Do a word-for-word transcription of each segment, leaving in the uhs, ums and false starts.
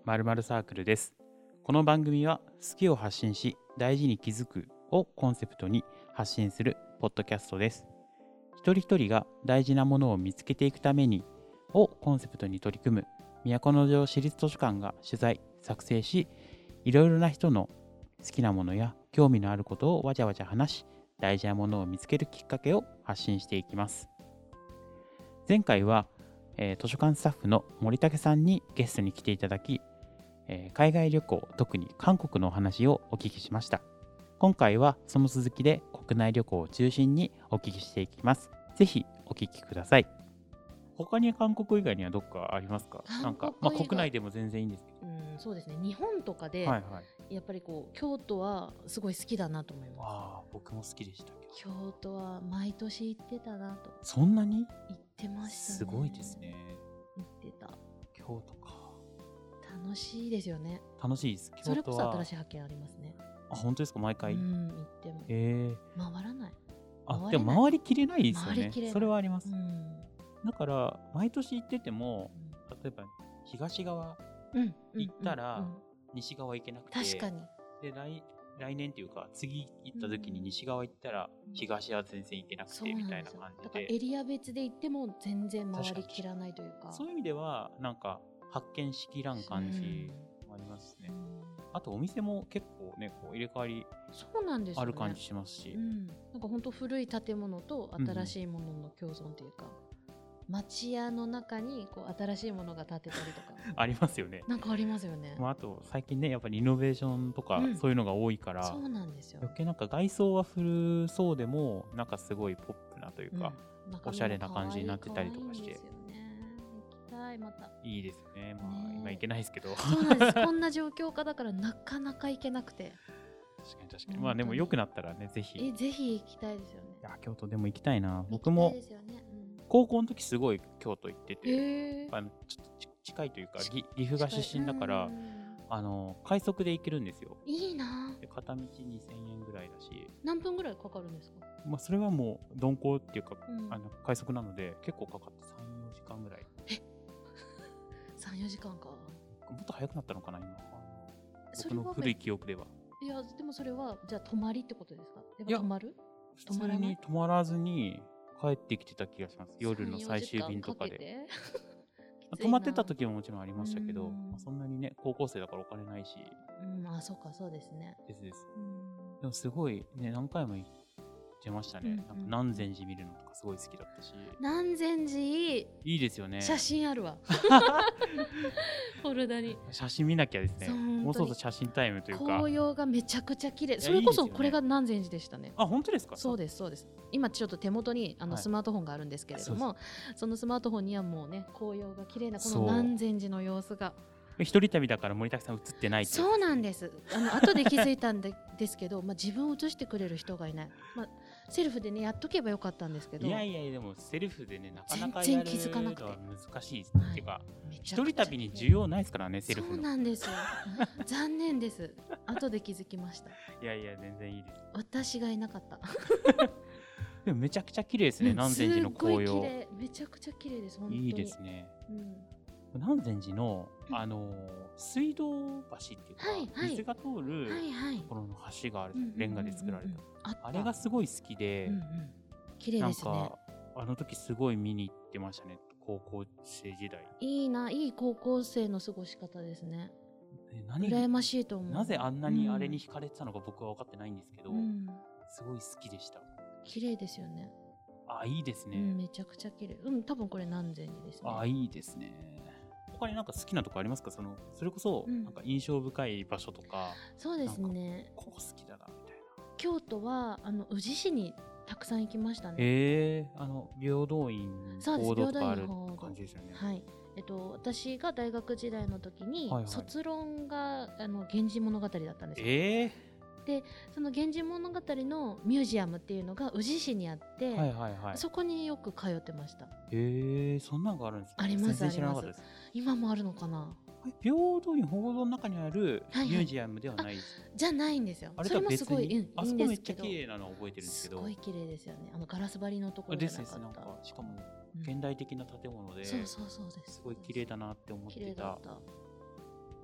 〇〇サークルです。この番組は好きを発信し大事に気づくをコンセプトに発信するポッドキャストです。一人一人が大事なものを見つけていくためにをコンセプトに取り組む都城市立図書館が取材・作成し、いろいろな人の好きなものや興味のあることをわちゃわちゃ話し、大事なものを見つけるきっかけを発信していきます。前回は、えー、図書館スタッフの森武さんにゲストに来ていただき、えー、海外旅行、特に韓国のお話をお聞きしました。今回はその続きで国内旅行を中心にお聞きしていきます。ぜひお聞きください。他に韓国以外にはどっかありますか？なんか、まあ、国内でも全然いいんですけど。 うん、そうですね。日本とかで、 はいはい、 やっぱりこう京都はすごい好きだなと思います。 ああ、僕も好きでしたけど。 京都は毎年行ってたなと。 そんなに？ 行ってましたね。 すごいですね。 行ってた。 京都か。 楽しいですよね。 楽しいです。京都はそれこそ新しい発見ありますね。 あ、本当ですか？毎回。 うん、行っても。 へえ。 回らない。 あ、でも回りきれないですよね。 回りきれない。 それはあります。 うん、 だから毎年行ってても、例えば東側行ったら西側行けなくて、 確かに。 で 来, 来年っていうか次行った時に西側行ったら東は全然行けなくてみたいな感じで、 だからエリア別で行っても全然回りきらないというか、 そういう意味ではなんか発見しきらん感じもありますね。あとお店も結構ねこう入れ替わりある感じしますし、 うん、なんか本当古い建物と新しいものの共存というか、うん、町屋の中にこう新しいものが建てたりとかありますよね。 なんかありますよね。 まあ、あと最近ねやっぱりリノベーションとかそういうのが多いから、 うん、そうなんですよ。 余計なんか外装は古そうでもなんかすごいポップなというか、うん、おしゃれな感じになってたりとかして、 いいまたいいですね。まあ、ね、今行けないですけど、 そうなんです。こんな状況下だからなかなか行けなくて確かに確かに、まあでも良くなったらねぜひえぜひ行きたいですよね。 いや京都でも行きたいな。僕も行きたいですよね、うん、 高校の時すごい京都行ってて、あのちょっと近いというか岐阜が出身だからあの快速で行けるんですよ。 いいな。 で片道にせんえんぐらいだし。 何分ぐらいかかるんですか？ まあそれはもう鈍行っていうか、うん、あの快速なので結構かかってさん、よじかんぐらい。 えさん、よじかんか。もっと早くなったのかな今。僕の古い記憶では。 いやでもそれはじゃあ泊まりってことですか？やっぱ泊まる？ 普通に泊まらずに帰ってきてた気がします。夜の最終便とかで。泊まってた時ももちろんありましたけど、まあ、そんなにね高校生だからお金ないし。 うん、あそうかそうですね。 ですです。でもすごいね何回も行ってましたね。うんうん、なんか南禅寺見るのとかすごい好きだったし。 南禅寺いい。 いいですよね。 写真あるわ。フォルダに写真見なきゃですね。もうそろそろ写真タイムというか。 紅葉がめちゃくちゃ綺麗。それこそこれが南禅寺でしたね。 あ本当ですか？ そうですそうです。今ちょっと手元にあのスマートフォンがあるんですけれども、はい、そ, そのスマートフォンにはもうね紅葉が綺麗なこの南禅寺の様子が。 一人旅だから森武さん映ってないって。 そうなんです。あの後で気づいたんでですけど、まあ自分を映してくれる人がいない。まあセルフでねやっとけばよかったんですけど。 いやいやでもセルフでねなかなかやるのは難しいっていうか、一人旅に需要ないですからねセルフの。 そうなんですよ。残念です。後で気づきました。 いやいや全然いいです。 私がいなかった。 でもめちゃくちゃ綺麗ですね、うん、南禅寺の紅葉。 すごい綺麗。めちゃくちゃ綺麗です本当に。 いいですね。うん南禅寺の、あのー、水道橋っていうか、はいはい、水が通るところの橋がある、はいはい、レンガで作られた、うんうんうん、あ, あれがすごい好きで、うんうん、 綺麗ですね。 なんかあの時すごい見に行ってましたね高校生時代。 いいないい高校生の過ごし方ですね。何羨ましいと思う。 なぜあんなにあれに惹かれてたのか僕は分かってないんですけど、うん、すごい好きでした。 綺麗ですよね。 あいいですね、 うん、めちゃくちゃ綺麗。うん多分これ南禅寺ですね。 あいいですね。他になんか好きなとこありますか？そのそれこそなんか印象深い場所とか、 うん、そうですね。 ここ好きだなみたいな。 京都はあの宇治市にたくさん行きましたね。 へえー、あの平等院報道とかある感じですよね。 はい。えっと私が大学時代の時に、はいはい、卒論があの源氏物語だったんですよ。 えーでその源氏物語のミュージアムっていうのが宇治市にあって、はいはいはい、そこによく通ってました。 へえー、そんなのがあるんですか？ あります全然知らなかったです。 今もあるのかな？ 平等院報道の中にあるミュージアムではないです、はいはい、 じゃないんですよ。 あれとは別にそれもすごい、うん、あそこめっちゃ綺麗なの覚えてるんですけど、 すごい綺麗ですよね。あのガラス張りのところじゃなかった。 ですです。なんかしかも現代的な建物で、うん、 そうそうそうです。 すごい綺麗だなって思ってた。 綺麗だった。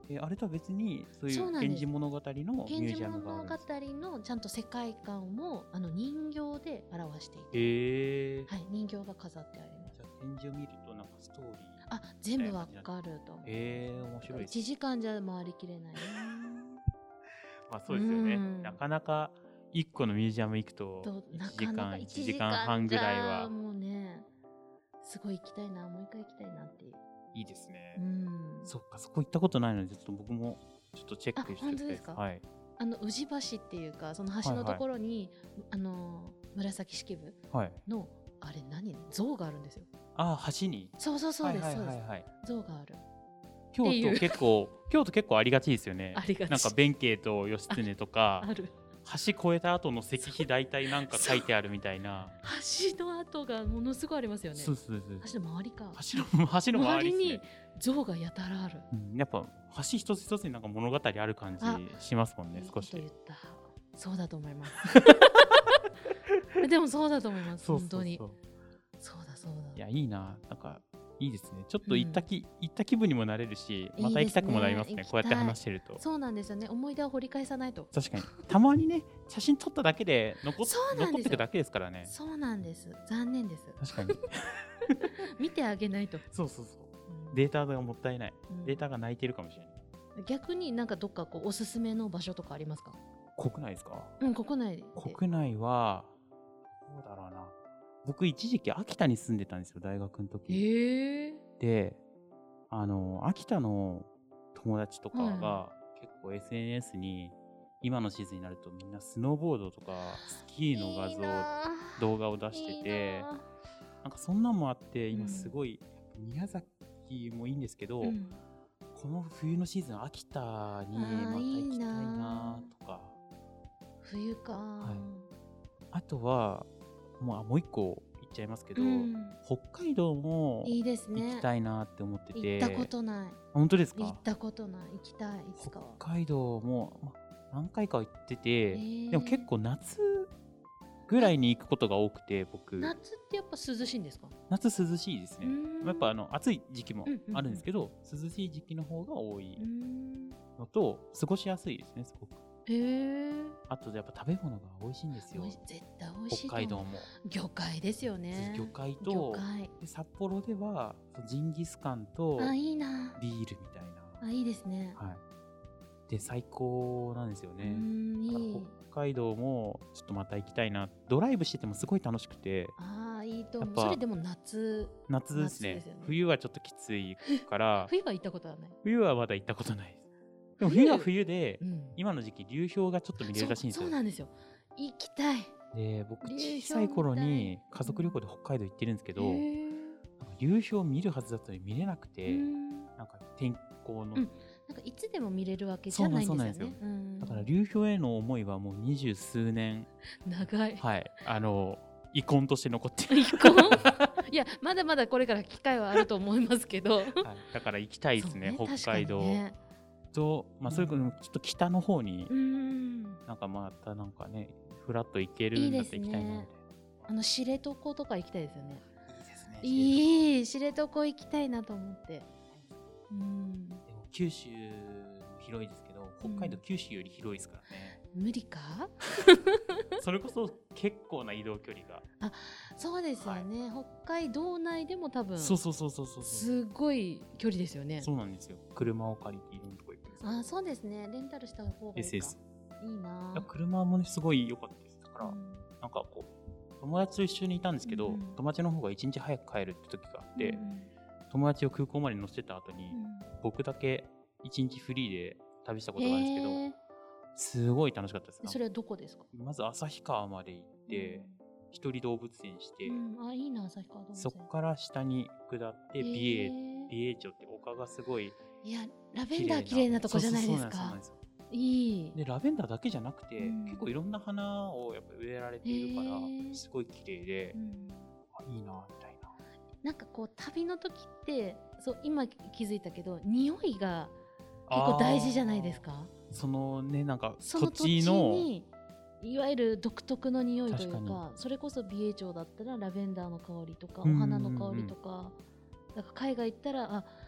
えーあれとは別にそういうそうなんです源氏物語のミュ源ー氏ジアムがあ物語るんですか？ のちゃんと世界観をあの人形で表していて、 へえ。 はい、人形が飾ってあります。 じゃあ展示を見るとなんかストーリー。 あ、全部わかると思う。 へえ、面白いです。 いちじかんじゃ回りきれないね。 まあそうですよね。 うんなかなかいっこのミュージアム行くとと 1 なかなか時間1 1 時時間半間じぐらいゃはもうね、すごい行きたいな、もう一回行きたいなっていう。 いいですね。 うん。 そっか、そこ行ったことないのでちょっと僕もちょっとチェックしておきたいあ本当ですかはい。 あの宇治橋っていうかその橋のところに、あの紫式部はい。 のあれ何像があるんですよ。 ああ、橋に。 そうそうそうです、 はいそうです。 はいはいはい。 像がある。 京っていう都結構京都結構ありがちですよね。 ありがちなんか弁慶と義経とかある。 橋越えた後の石碑大体なんか書いてあるみたいな。 橋の跡がものすごいありますよね。 そうそうそう。 橋の周りか。 橋の橋の周りです周りにね。 像がやたらある。 うん、やっぱ橋一つ一つになんか物語ある感じあしますもんね。 いいこと少し。 言った。そうだと思います。でもそうだと思います。 そうそうそう本当に。そうだそうだ。 いやいいな、なんかいいですね。ちょっと行ったき、行った気分にもなれるし、またいいですね行きたくもなりますね。 行きたいこうやって話してると。 そうなんですよね。思い出を掘り返さないと。 確かに。たまにね、写真撮っただけで残っそうなんですよ残ってくだけですからね。 そうなんです。残念です。 確かに。 見てあげないと。 そうそうそう。 うんデータがもったいない。 うんデータが泣いてるかもしれない。 逆になんかどっかこうおすすめの場所とかありますか？ 国内ですか？ うん、国内で。 国内は、どうだろうな。僕一時期秋田に住んでたんですよ、大学の時。 へえ。 で、あの、秋田の友達とかはいが結構 エスエヌエス に今のシーズンになるとみんなスノーボードとかスキーの画いい像、 なあ動画を出していいて、 なあなんかそんなんもあって今うんすごい、宮崎もいいんですけど、 うんこの冬のシーズン秋田にまた行きたいなとか、 冬か、 はいあとはもうあもう一個言っちゃいますけど、 うん北海道もいいですね。 行きたいなって思ってて、 行ったことない。 本当ですか？ 行ったことない。行きたい。いつかは。 北海道も、ま、何回か行ってて、 ーでも結構夏ぐらいに行くことが多くて、僕夏ってやっぱ涼しいんですか？ 夏涼しいですね。 うんやっぱあの暑い時期もうんうんうんあるんですけど、涼しい時期の方が多いうんのと過ごしやすいですね、すごく。 へえ。 あとやっぱ食べ物が美味しいんですよおい。絶対美味しいと思う。 北海道も、 魚介ですよね。 魚介魚と介。 で札幌ではそのジンギスカンとあ、いいな。 ビールみたいな、 あ、いいですね。 はい、で最高なんですようね。 ん、 だからいい。 北海道もちょっとまた行きたいな。ドライブしててもすごい楽しくて、 ああ、いいと思う。 やっぱそれでも夏。 夏ですね。 夏ですよね冬はちょっときついから冬は行ったことはない。 冬はまだ行ったことないです。でも冬冬は冬で、 うん。 今の時期流氷がちょっと見れるらしいんですよ。 そうそうなんですよ。行きたい。 で僕流氷小さい頃見にたい家族旅行で北海道行ってるんですけど、 へーなんか流氷見るはずだったのに見れなくて、 うんなんか天候の、 うんなんかいつでも見れるわけじゃないんですよね。 そうなんですようんだから流氷への思いはもう二十数年、 長い。 はい、あの遺恨として残ってる、 行こういやまだまだこれから機会はあると思いますけど。 はい、だから行きたいですね、 そう北海道確かにねと、まあ、それこそちょっと北の方に、 うん。 なんかまたなんかねフラッと行けるんだったら行きたいなみたいな。 あの知床とか行きたいですよね。 いいですね。 いい知床行きたいなと思って。うん。 でも九州も広いですけど、北海道九州より広いですからね。 無理か？ それこそ結構な移動距離が。 そうですよね。北海道内でも多分そうそうそうそうそうそう。 すごい距離ですよね。 そうなんですよ。車を借りていろんなとこ行くんですけど。 あ、そうですね。レンタルした方がいいか。 エスエス。 いいないや車もねすごい良かったです。だから、 うんなんかこう友達と一緒にいたんですけど、 うん友達の方が一日早く帰るって時があって、 うん友達を空港まで乗せた後に、 うん僕だけ一日フリーで旅したことがあるんですけど、 へーすごい楽しかったです。 それはどこですか？ まず旭川まで行って、一人動物園して、 うん、あ、いいな、旭川動物園。 そこから下に下ってへー美瑛美瑛町って丘がすごいいや、ラベンダー綺麗なとこじゃないですそうそうそうなんかですよ。 いい。 でラベンダーだけじゃなくて、 うん結構いろんな花をやっぱ植えられているから、 へーすごい綺麗でう、んあいいなみたいな。 なんかこう旅の時ってそう今気づいたけど匂いが結構大事じゃないですか。 そのねなんかその土土地地のにいわゆる独特の匂いという確かか、それこそ美瑛町だったらラベンダーの香りとかおうんうんうん花の香りとか、だから海外行ったらあ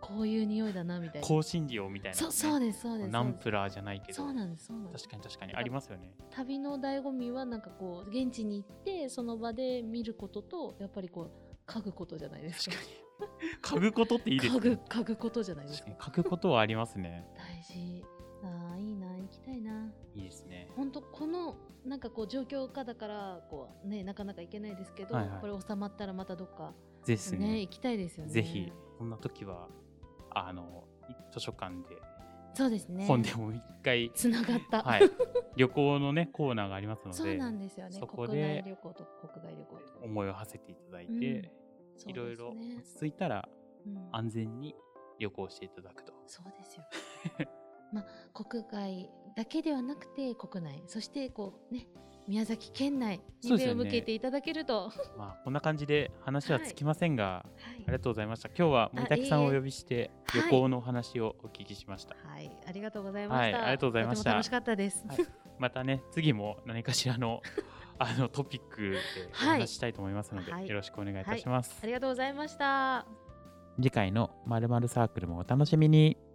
こういう匂いだなみたいな。 香辛料みたいな、ね、 そうそうですそうです。 ナンプラーじゃないけど、 そうなんですそうなんです。 確かに確かにありますよね。 旅の醍醐味はなんかこう現地に行ってその場で見ることとやっぱりこう嗅ぐことじゃないですか。 嗅ぐことっていいですね。 嗅ぐ嗅ぐことじゃないですか。 嗅ぐことはありますね。 大事。ああいいな、行きたいな。 いいですね。 本当このなんかこう状況下だからこうねなかなか行けないですけど、 はいはい、 これ収まったらまたどっかですね、 ね行きたいですよね。 ぜひそんな時はあの図書館で、 そうですね、 本でも一回つながった、 はい、旅行のねコーナーがありますので、 そうなんですよね。 そこで国内旅行と国外旅行と思いを馳せていただいて、うん、いろいろ落ち着いたら、うん、安全に旅行していただくと。 そうですよ。まあ国外だけではなくて国内、そしてこうね宮崎県内に目を向けていただけると、ね、 まあこんな感じで話はつきませんが、はい、ありがとうございました。今日は森滝さんをお呼びして旅行のお話をお聞きしました。 はい、はい、ありがとうございました。 はい、ありがとうございました。 楽しかったです。 はい、またね次も何かしらのあのトピックでお話したいと思いますので、はい、よろしくお願いいたします。 はい、ありがとうございました。 次回の〇〇サークルもお楽しみに。